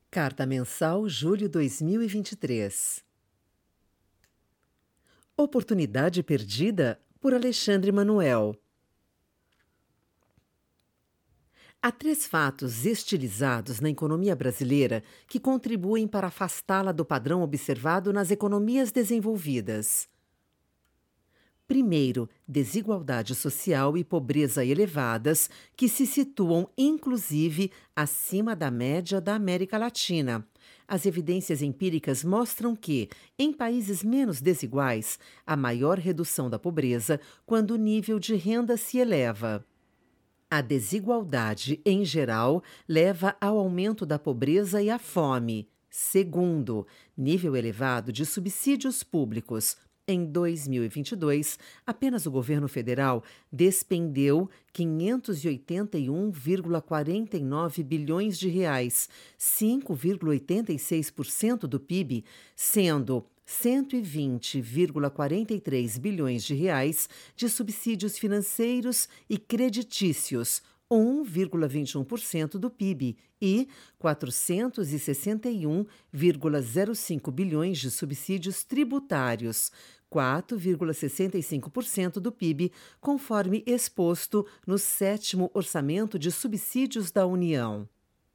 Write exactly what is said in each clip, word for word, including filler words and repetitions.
Carta Mensal, julho dois mil e vinte e três. Oportunidade Perdida, por Alexandre Manuel. Há três fatos estilizados na economia brasileira que contribuem para afastá-la do padrão observado nas economias desenvolvidas. Primeiro, desigualdade social e pobreza elevadas, que se situam, inclusive, acima da média da América Latina. As evidências empíricas mostram que, em países menos desiguais, há maior redução da pobreza quando o nível de renda se eleva. A desigualdade, em geral, leva ao aumento da pobreza e à fome. Segundo, nível elevado de subsídios públicos. Em dois mil e vinte e dois, apenas o governo federal despendeu quinhentos e oitenta e um vírgula quarenta e nove bilhões de reais, cinco vírgula oitenta e seis por cento do P I B, sendo cento e vinte vírgula quarenta e três bilhões de reais de subsídios financeiros e creditícios, um vírgula vinte e um por cento do P I B, e quatrocentos e sessenta e um vírgula zero cinco bilhões de subsídios tributários, quatro vírgula sessenta e cinco por cento do P I B, conforme exposto no sétimo Orçamento de Subsídios da União.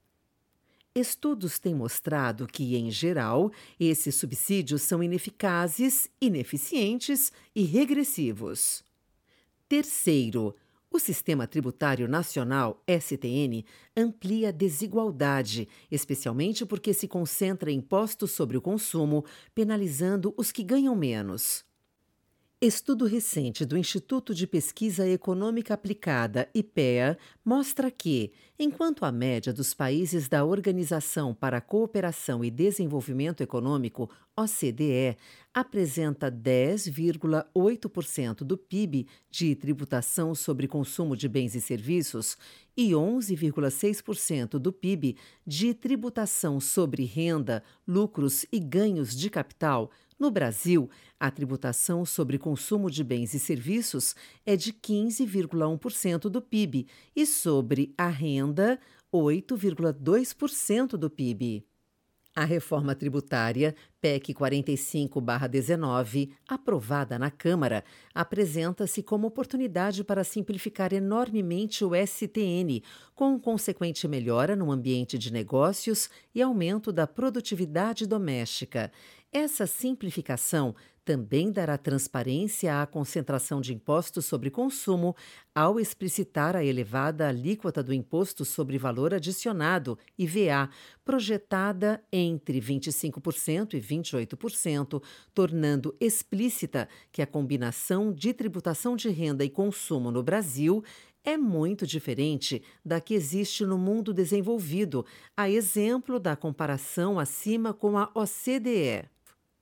Estudos têm mostrado que, em geral, esses subsídios são ineficazes, ineficientes e regressivos. Terceiro, o Sistema Tributário Nacional, S T N, amplia a desigualdade, especialmente porque se concentra em impostos sobre o consumo, penalizando os que ganham menos. Estudo recente do Instituto de Pesquisa Econômica Aplicada, I P E A, mostra que, enquanto a média dos países da Organização para a Cooperação e Desenvolvimento Econômico, O C D E, apresenta dez vírgula oito por cento do P I B de tributação sobre consumo de bens e serviços e onze vírgula seis por cento do P I B de tributação sobre renda, lucros e ganhos de capital, no Brasil, a tributação sobre consumo de bens e serviços é de quinze vírgula um por cento do P I B e sobre a renda, oito vírgula dois por cento do P I B. A reforma tributária, P E C quarenta e cinco barra dezenove, aprovada na Câmara, apresenta-se como oportunidade para simplificar enormemente o S T N, com consequente melhora no ambiente de negócios e aumento da produtividade doméstica. Essa simplificação também dará transparência à concentração de impostos sobre consumo ao explicitar a elevada alíquota do Imposto sobre Valor Adicionado, I V A, projetada entre vinte e cinco por cento e vinte e oito por cento, tornando explícita que a combinação de tributação de renda e consumo no Brasil é muito diferente da que existe no mundo desenvolvido, a exemplo da comparação acima com a O C D E.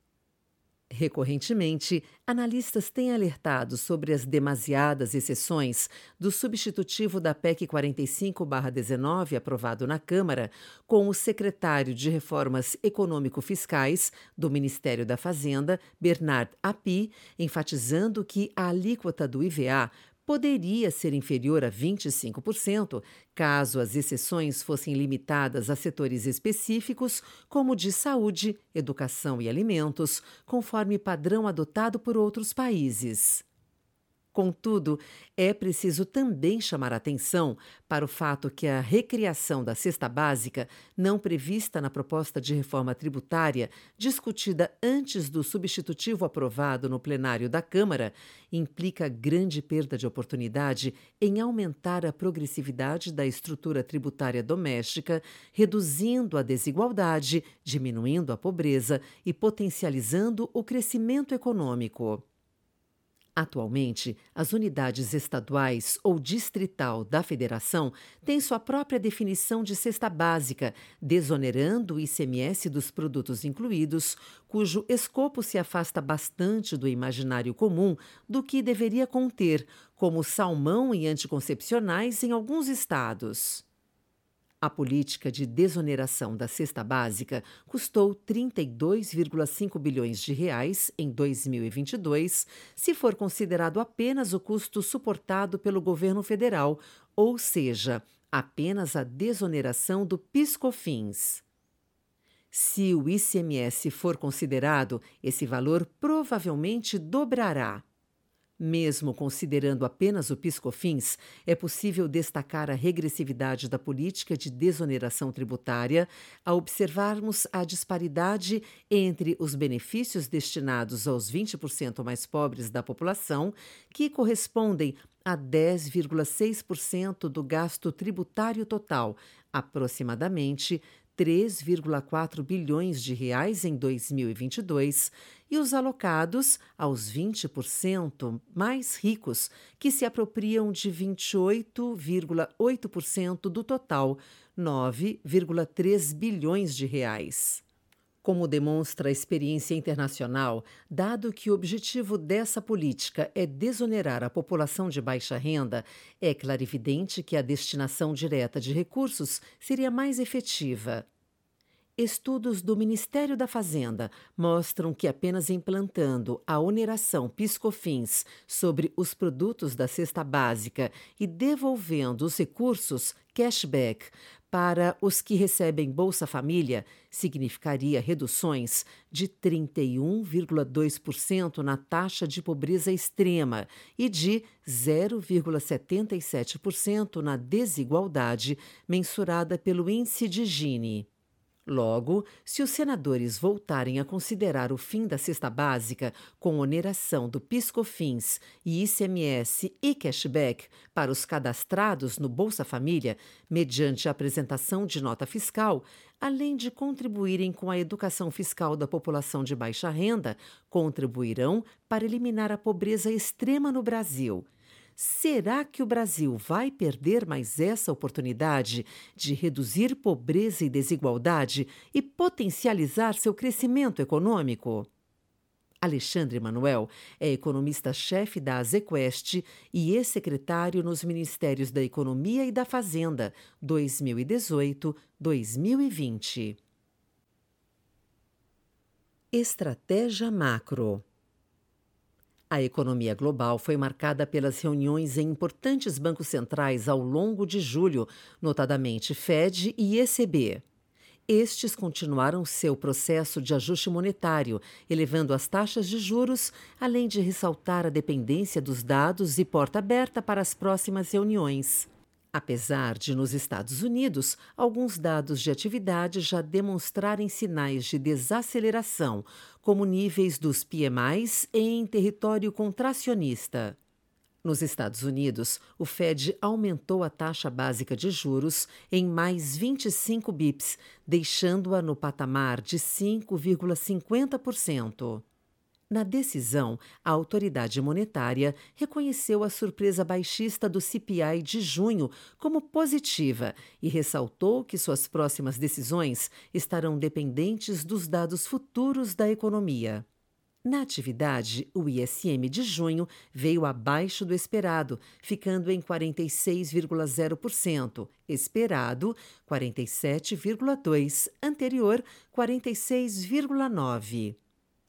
Recorrentemente, analistas têm alertado sobre as demasiadas exceções do substitutivo da P E C quarenta e cinco barra dezenove, aprovado na Câmara, com o secretário de Reformas Econômico-Fiscais do Ministério da Fazenda, Bernard Api, enfatizando que a alíquota do I V A poderia ser inferior a vinte e cinco por cento, caso as exceções fossem limitadas a setores específicos, como de saúde, educação e alimentos, conforme padrão adotado por outros países. Contudo, é preciso também chamar a atenção para o fato que a recriação da cesta básica, não prevista na proposta de reforma tributária, discutida antes do substitutivo aprovado no plenário da Câmara, implica grande perda de oportunidade em aumentar a progressividade da estrutura tributária doméstica, reduzindo a desigualdade, diminuindo a pobreza e potencializando o crescimento econômico. Atualmente, as unidades estaduais ou distrital da Federação têm sua própria definição de cesta básica, desonerando o I C M S dos produtos incluídos, cujo escopo se afasta bastante do imaginário comum do que deveria conter, como salmão e anticoncepcionais em alguns estados. A política de desoneração da cesta básica custou trinta e dois vírgula cinco bilhões de reais em dois mil e vinte e dois, se for considerado apenas o custo suportado pelo governo federal, ou seja, apenas a desoneração do PIS/COFINS. Se o I C M S for considerado, esse valor provavelmente dobrará. Mesmo considerando apenas o PIS/COFINS, é possível destacar a regressividade da política de desoneração tributária ao observarmos a disparidade entre os benefícios destinados aos vinte por cento mais pobres da população, que correspondem a dez vírgula seis por cento do gasto tributário total, aproximadamente três vírgula quatro bilhões de reais em dois mil e vinte e dois, e os alocados aos vinte por cento mais ricos, que se apropriam de vinte e oito vírgula oito por cento do total, nove vírgula três bilhões de reais. Como demonstra a experiência internacional, dado que o objetivo dessa política é desonerar a população de baixa renda, é clarividente que a destinação direta de recursos seria mais efetiva. Estudos do Ministério da Fazenda mostram que apenas implantando a oneração PIS/COFINS sobre os produtos da cesta básica e devolvendo os recursos cashback para os que recebem Bolsa Família, significaria reduções de trinta e um vírgula dois por cento na taxa de pobreza extrema e de zero vírgula setenta e sete por cento na desigualdade mensurada pelo Índice de Gini. Logo, se os senadores voltarem a considerar o fim da cesta básica com oneração do PIS/COFINS e I C M S e cashback para os cadastrados no Bolsa Família, mediante a apresentação de nota fiscal, além de contribuírem com a educação fiscal da população de baixa renda, contribuirão para eliminar a pobreza extrema no Brasil. Será que o Brasil vai perder mais essa oportunidade de reduzir pobreza e desigualdade e potencializar seu crescimento econômico? Alexandre Manuel é economista-chefe da Azequest e ex-secretário nos Ministérios da Economia e da Fazenda, dois mil e dezoito a dois mil e vinte. Estratégia macro. A economia global foi marcada pelas reuniões em importantes bancos centrais ao longo de julho, notadamente Fed e E C B. Estes continuaram seu processo de ajuste monetário, elevando as taxas de juros, além de ressaltar a dependência dos dados e porta aberta para as próximas reuniões. Apesar de, nos Estados Unidos, alguns dados de atividade já demonstrarem sinais de desaceleração, como níveis dos P M Is em território contracionista. Nos Estados Unidos, o Fed aumentou a taxa básica de juros em mais vinte e cinco bips, deixando-a no patamar de cinco vírgula cinquenta por cento. Na decisão, a autoridade monetária reconheceu a surpresa baixista do C P I de junho como positiva e ressaltou que suas próximas decisões estarão dependentes dos dados futuros da economia. Na atividade, o I S M de junho veio abaixo do esperado, ficando em quarenta e seis vírgula zero por cento, esperado quarenta e sete vírgula dois por cento, anterior quarenta e seis vírgula nove por cento.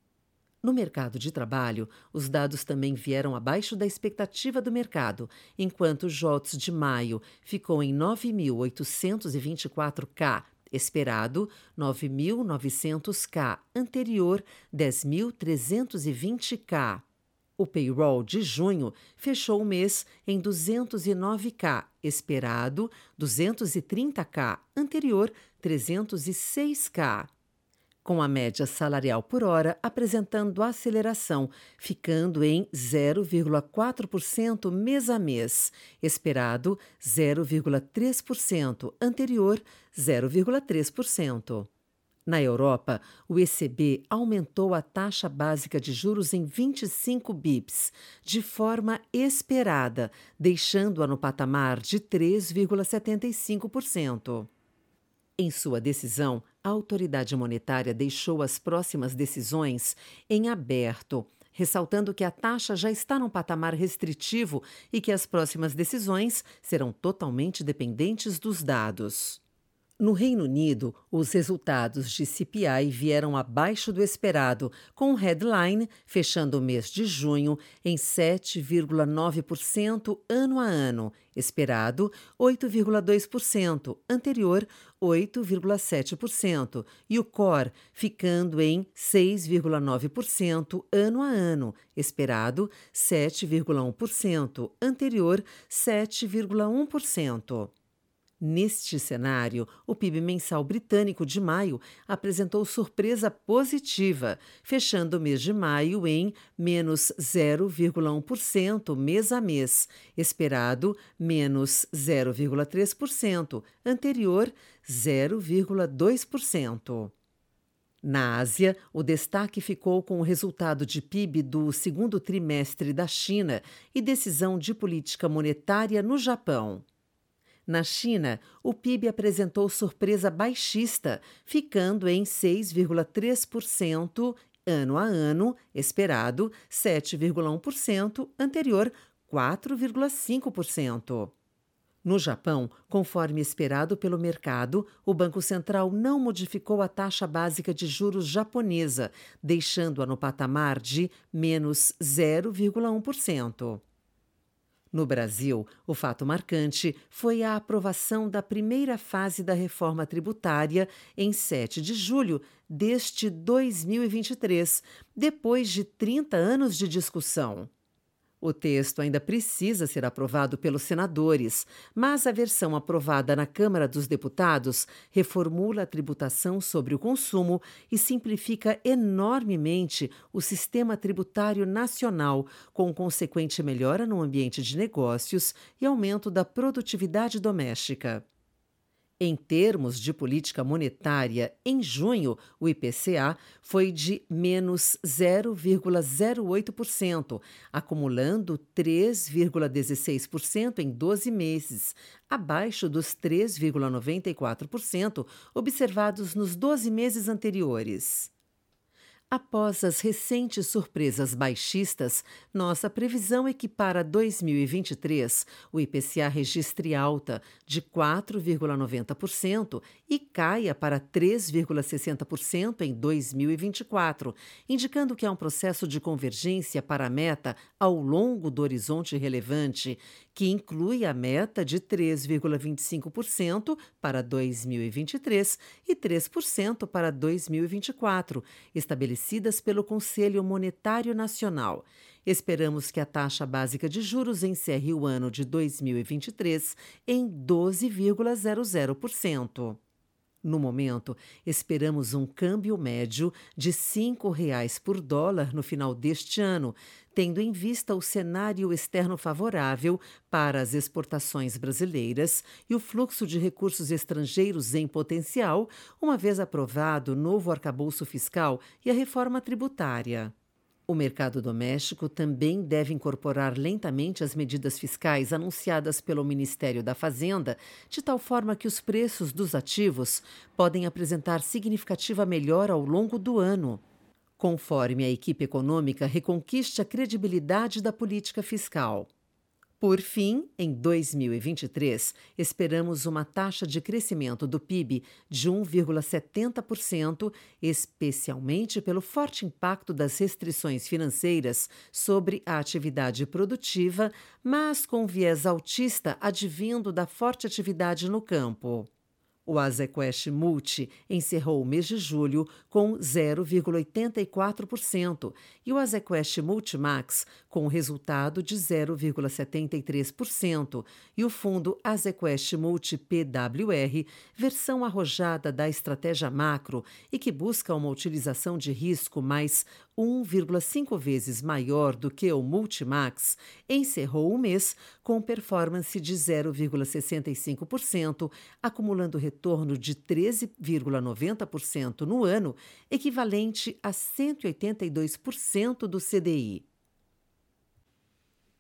No mercado de trabalho, os dados também vieram abaixo da expectativa do mercado, enquanto o J O T S de maio ficou em nove mil oitocentos e vinte e quatro K, esperado nove mil e novecentos K, anterior dez mil trezentos e vinte K. O payroll de junho fechou o mês em duzentos e nove K, esperado duzentos e trinta K, anterior trezentos e seis K. Com a média salarial por hora apresentando aceleração, ficando em zero vírgula quatro por cento mês a mês, esperado zero vírgula três por cento, anterior zero vírgula três por cento. Na Europa, o E C B aumentou a taxa básica de juros em vinte e cinco bips, de forma esperada, deixando-a no patamar de três vírgula setenta e cinco por cento. Em sua decisão, a autoridade monetária deixou as próximas decisões em aberto, ressaltando que a taxa já está num patamar restritivo e que as próximas decisões serão totalmente dependentes dos dados. No Reino Unido, os resultados de C P I vieram abaixo do esperado, com o headline fechando o mês de junho em sete vírgula nove por cento ano a ano, esperado oito vírgula dois por cento, anterior oito vírgula sete por cento, e o core ficando em seis vírgula nove por cento ano a ano, esperado sete vírgula um por cento, anterior sete vírgula um por cento. Neste cenário, o P I B mensal britânico de maio apresentou surpresa positiva, fechando o mês de maio em menos zero vírgula um por cento mês a mês, esperado menos zero vírgula três por cento, anterior zero vírgula dois por cento. Na Ásia, o destaque ficou com o resultado de P I B do segundo trimestre da China e decisão de política monetária no Japão. Na China, o P I B apresentou surpresa baixista, ficando em seis vírgula três por cento ano a ano, esperado sete vírgula um por cento, anterior quatro vírgula cinco por cento. No Japão, conforme esperado pelo mercado, o Banco Central não modificou a taxa básica de juros japonesa, deixando-a no patamar de menos zero vírgula um por cento. No Brasil, o fato marcante foi a aprovação da primeira fase da reforma tributária em sete de julho deste dois mil e vinte e três, depois de trinta anos de discussão. O texto ainda precisa ser aprovado pelos senadores, mas a versão aprovada na Câmara dos Deputados reformula a tributação sobre o consumo e simplifica enormemente o sistema tributário nacional, com consequente melhora no ambiente de negócios e aumento da produtividade doméstica. Em termos de política monetária, em junho, o I P C A foi de menos zero vírgula zero oito por cento, acumulando três vírgula dezesseis por cento em doze meses, abaixo dos três vírgula noventa e quatro por cento observados nos doze meses anteriores. Após as recentes surpresas baixistas, nossa previsão é que para dois mil e vinte e três o I P C A registre alta de quatro vírgula noventa por cento e caia para três vírgula sessenta por cento em dois mil e vinte e quatro, indicando que há um processo de convergência para a meta ao longo do horizonte relevante, que inclui a meta de três vírgula vinte e cinco por cento para dois mil e vinte e três e três por cento para dois mil e vinte e quatro, estabelecidas pelo Conselho Monetário Nacional. Esperamos que a taxa básica de juros encerre o ano de dois mil e vinte e três em doze vírgula zero zero por cento. No momento, esperamos um câmbio médio de cinco reais por dólar no final deste ano, tendo em vista o cenário externo favorável para as exportações brasileiras e o fluxo de recursos estrangeiros em potencial, uma vez aprovado o novo arcabouço fiscal e a reforma tributária. O mercado doméstico também deve incorporar lentamente as medidas fiscais anunciadas pelo Ministério da Fazenda, de tal forma que os preços dos ativos podem apresentar significativa melhora ao longo do ano, conforme a equipe econômica reconquiste a credibilidade da política fiscal. Por fim, em dois mil e vinte e três, esperamos uma taxa de crescimento do P I B de um vírgula setenta por cento, especialmente pelo forte impacto das restrições financeiras sobre a atividade produtiva, mas com viés altista advindo da forte atividade no campo. O Azequest Multi encerrou o mês de julho com zero vírgula oitenta e quatro por cento e o Azequest Multimax com resultado de zero vírgula setenta e três por cento e o fundo Azequest Multi P W R, versão arrojada da estratégia macro e que busca uma utilização de risco mais um vírgula cinco vezes maior do que o Multimax, encerrou o mês com performance de zero vírgula sessenta e cinco por cento, acumulando retorno de treze vírgula noventa por cento no ano, equivalente a cento e oitenta e dois por cento do C D I.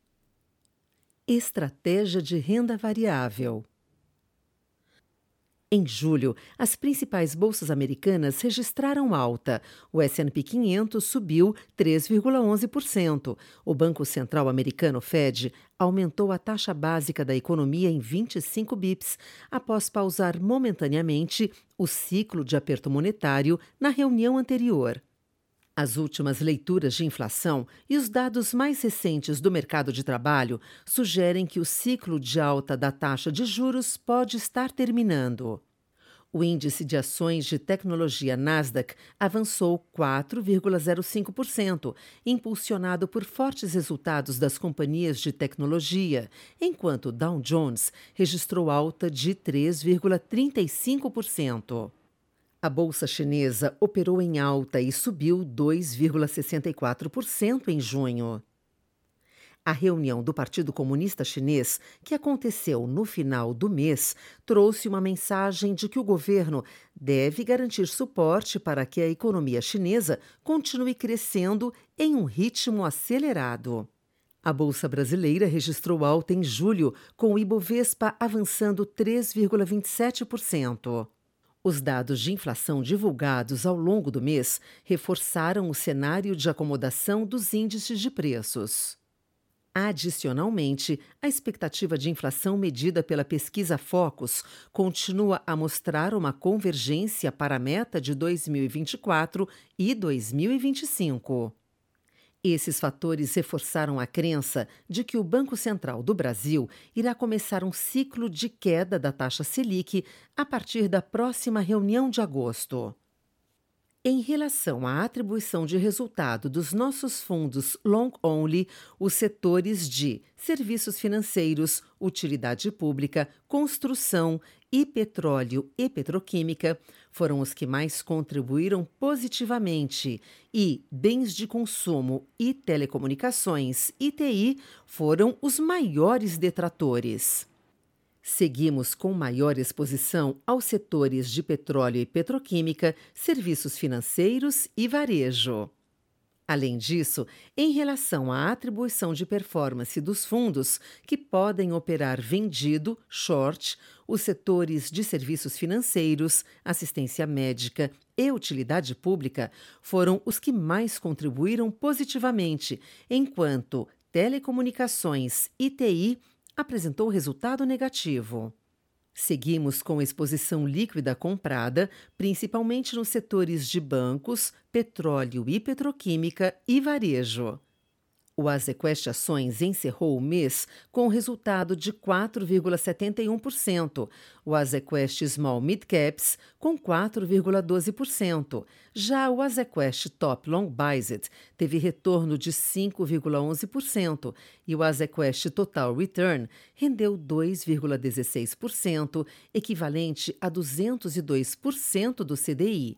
Estratégia de renda variável. Em julho, as principais bolsas americanas registraram alta. O S and P quinhentos subiu três vírgula onze por cento. O Banco Central Americano, Fed, aumentou a taxa básica da economia em vinte e cinco bips, após pausar momentaneamente o ciclo de aperto monetário na reunião anterior. As últimas leituras de inflação e os dados mais recentes do mercado de trabalho sugerem que o ciclo de alta da taxa de juros pode estar terminando. O índice de ações de tecnologia Nasdaq avançou quatro vírgula zero cinco por cento, impulsionado por fortes resultados das companhias de tecnologia, enquanto o Dow Jones registrou alta de três vírgula trinta e cinco por cento. A bolsa chinesa operou em alta e subiu dois vírgula sessenta e quatro por cento em junho. A reunião do Partido Comunista Chinês, que aconteceu no final do mês, trouxe uma mensagem de que o governo deve garantir suporte para que a economia chinesa continue crescendo em um ritmo acelerado. A Bolsa Brasileira registrou alta em julho, com o Ibovespa avançando três vírgula vinte e sete por cento. Os dados de inflação divulgados ao longo do mês reforçaram o cenário de acomodação dos índices de preços. Adicionalmente, a expectativa de inflação medida pela pesquisa Focus continua a mostrar uma convergência para a meta de dois mil e vinte e quatro e dois mil e vinte e cinco. Esses fatores reforçaram a crença de que o Banco Central do Brasil irá começar um ciclo de queda da taxa Selic a partir da próxima reunião de agosto. Em relação à atribuição de resultado dos nossos fundos long-only, os setores de serviços financeiros, utilidade pública, construção e petróleo e petroquímica foram os que mais contribuíram positivamente e bens de consumo e telecomunicações I T I foram os maiores detratores. Seguimos com maior exposição aos setores de petróleo e petroquímica, serviços financeiros e varejo. Além disso, em relação à atribuição de performance dos fundos, que podem operar vendido, short, os setores de serviços financeiros, assistência médica e utilidade pública foram os que mais contribuíram positivamente, enquanto telecomunicações e T I apresentou resultado negativo. Seguimos com exposição líquida comprada, principalmente nos setores de bancos, petróleo e petroquímica e varejo. O Azequest Ações encerrou o mês com resultado de quatro vírgula setenta e um por cento, o Azequest Small Mid Caps com quatro vírgula doze por cento. Já o Azequest Top Long Biased teve retorno de cinco vírgula onze por cento e o Azequest Total Return rendeu dois vírgula dezesseis por cento, equivalente a duzentos e dois por cento do C D I.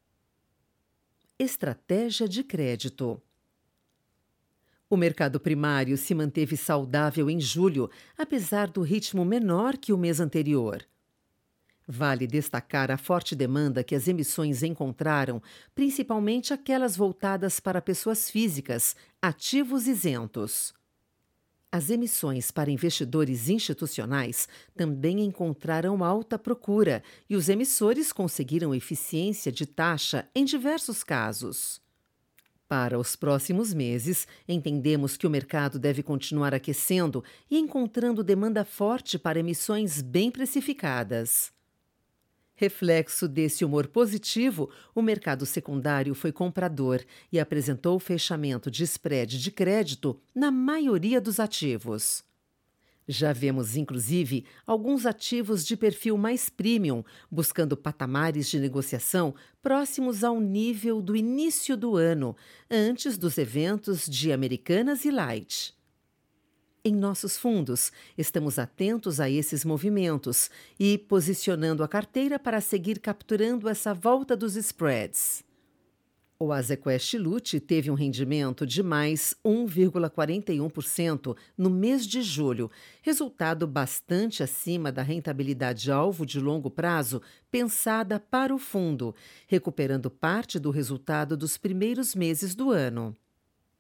Estratégia de crédito. O mercado primário se manteve saudável em julho, apesar do ritmo menor que o mês anterior. Vale destacar a forte demanda que as emissões encontraram, principalmente aquelas voltadas para pessoas físicas, ativos isentos. As emissões para investidores institucionais também encontraram alta procura e os emissores conseguiram eficiência de taxa em diversos casos. Para os próximos meses, entendemos que o mercado deve continuar aquecendo e encontrando demanda forte para emissões bem precificadas. Reflexo desse humor positivo, o mercado secundário foi comprador e apresentou fechamento de spread de crédito na maioria dos ativos. Já vemos, inclusive, alguns ativos de perfil mais premium, buscando patamares de negociação próximos ao nível do início do ano, antes dos eventos de Americanas e Light. Em nossos fundos, estamos atentos a esses movimentos e posicionando a carteira para seguir capturando essa volta dos spreads. O Azequest Lute teve um rendimento de mais um vírgula quarenta e um por cento no mês de julho, resultado bastante acima da rentabilidade-alvo de longo prazo pensada para o fundo, recuperando parte do resultado dos primeiros meses do ano.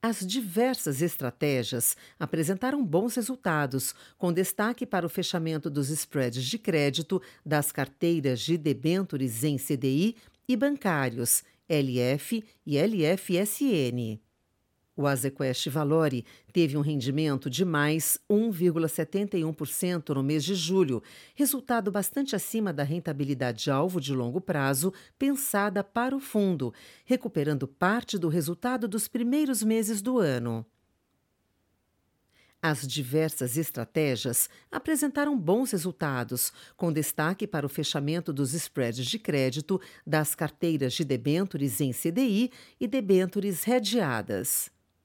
As diversas estratégias apresentaram bons resultados, com destaque para o fechamento dos spreads de crédito das carteiras de debêntures em C D I e bancários, L F e L F S N. O Azequest Valore teve um rendimento de mais um vírgula setenta e um por cento no mês de julho, resultado bastante acima da rentabilidade-alvo de longo prazo pensada para o fundo, recuperando parte do resultado dos primeiros meses do ano. As diversas estratégias apresentaram bons resultados, com destaque para o fechamento dos spreads de crédito das carteiras de debêntures em C D I e debêntures hedgeadas.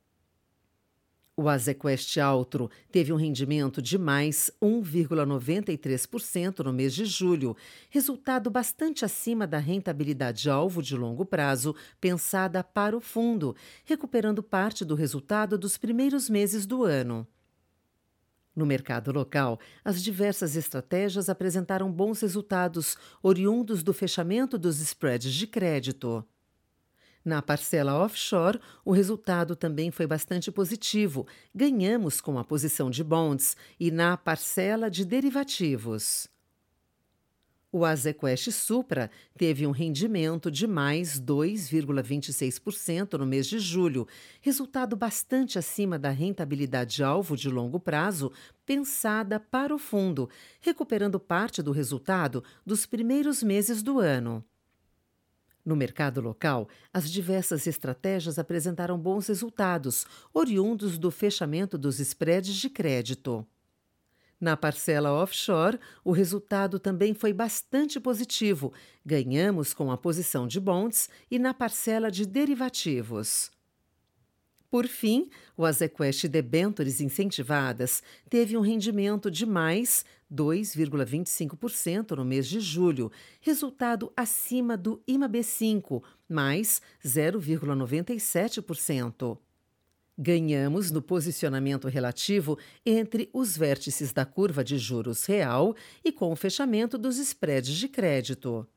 O Azequest Altro teve um rendimento de mais um vírgula noventa e três por cento no mês de julho, resultado bastante acima da rentabilidade-alvo de longo prazo pensada para o fundo, recuperando parte do resultado dos primeiros meses do ano. No mercado local, as diversas estratégias apresentaram bons resultados, oriundos do fechamento dos spreads de crédito. Na parcela offshore, o resultado também foi bastante positivo. Ganhamos com a posição de bonds e na parcela de derivativos. O Azequest Supra teve um rendimento de mais dois vírgula vinte e seis por cento no mês de julho, resultado bastante acima da rentabilidade-alvo de longo prazo pensada para o fundo, recuperando parte do resultado dos primeiros meses do ano. No mercado local, as diversas estratégias apresentaram bons resultados, oriundos do fechamento dos spreads de crédito. Na parcela offshore, o resultado também foi bastante positivo. Ganhamos com a posição de bonds e na parcela de derivativos. Por fim, o Azequest Debêntures Incentivadas teve um rendimento de mais dois vírgula vinte e cinco por cento no mês de julho, resultado acima do I M A B cinco, mais zero vírgula noventa e sete por cento. Ganhamos no posicionamento relativo entre os vértices da curva de juros real e com o fechamento dos spreads de crédito.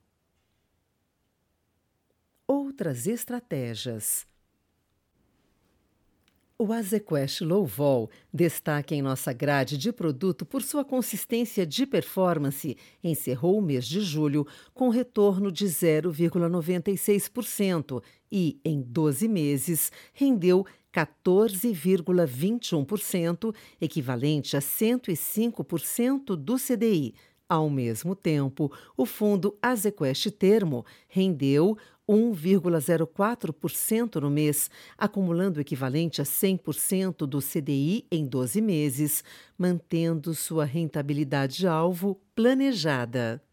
Outras estratégias. O Azequest Low Vol destaca em nossa grade de produto por sua consistência de performance, encerrou o mês de julho com retorno de zero vírgula noventa e seis por cento e, em doze meses, rendeu quatorze vírgula vinte e um por cento, equivalente a cento e cinco por cento do C D I. Ao mesmo tempo, o fundo Azequest Termo rendeu um vírgula zero quatro por cento no mês, acumulando o equivalente a cem por cento do C D I em doze meses, mantendo sua rentabilidade-alvo planejada.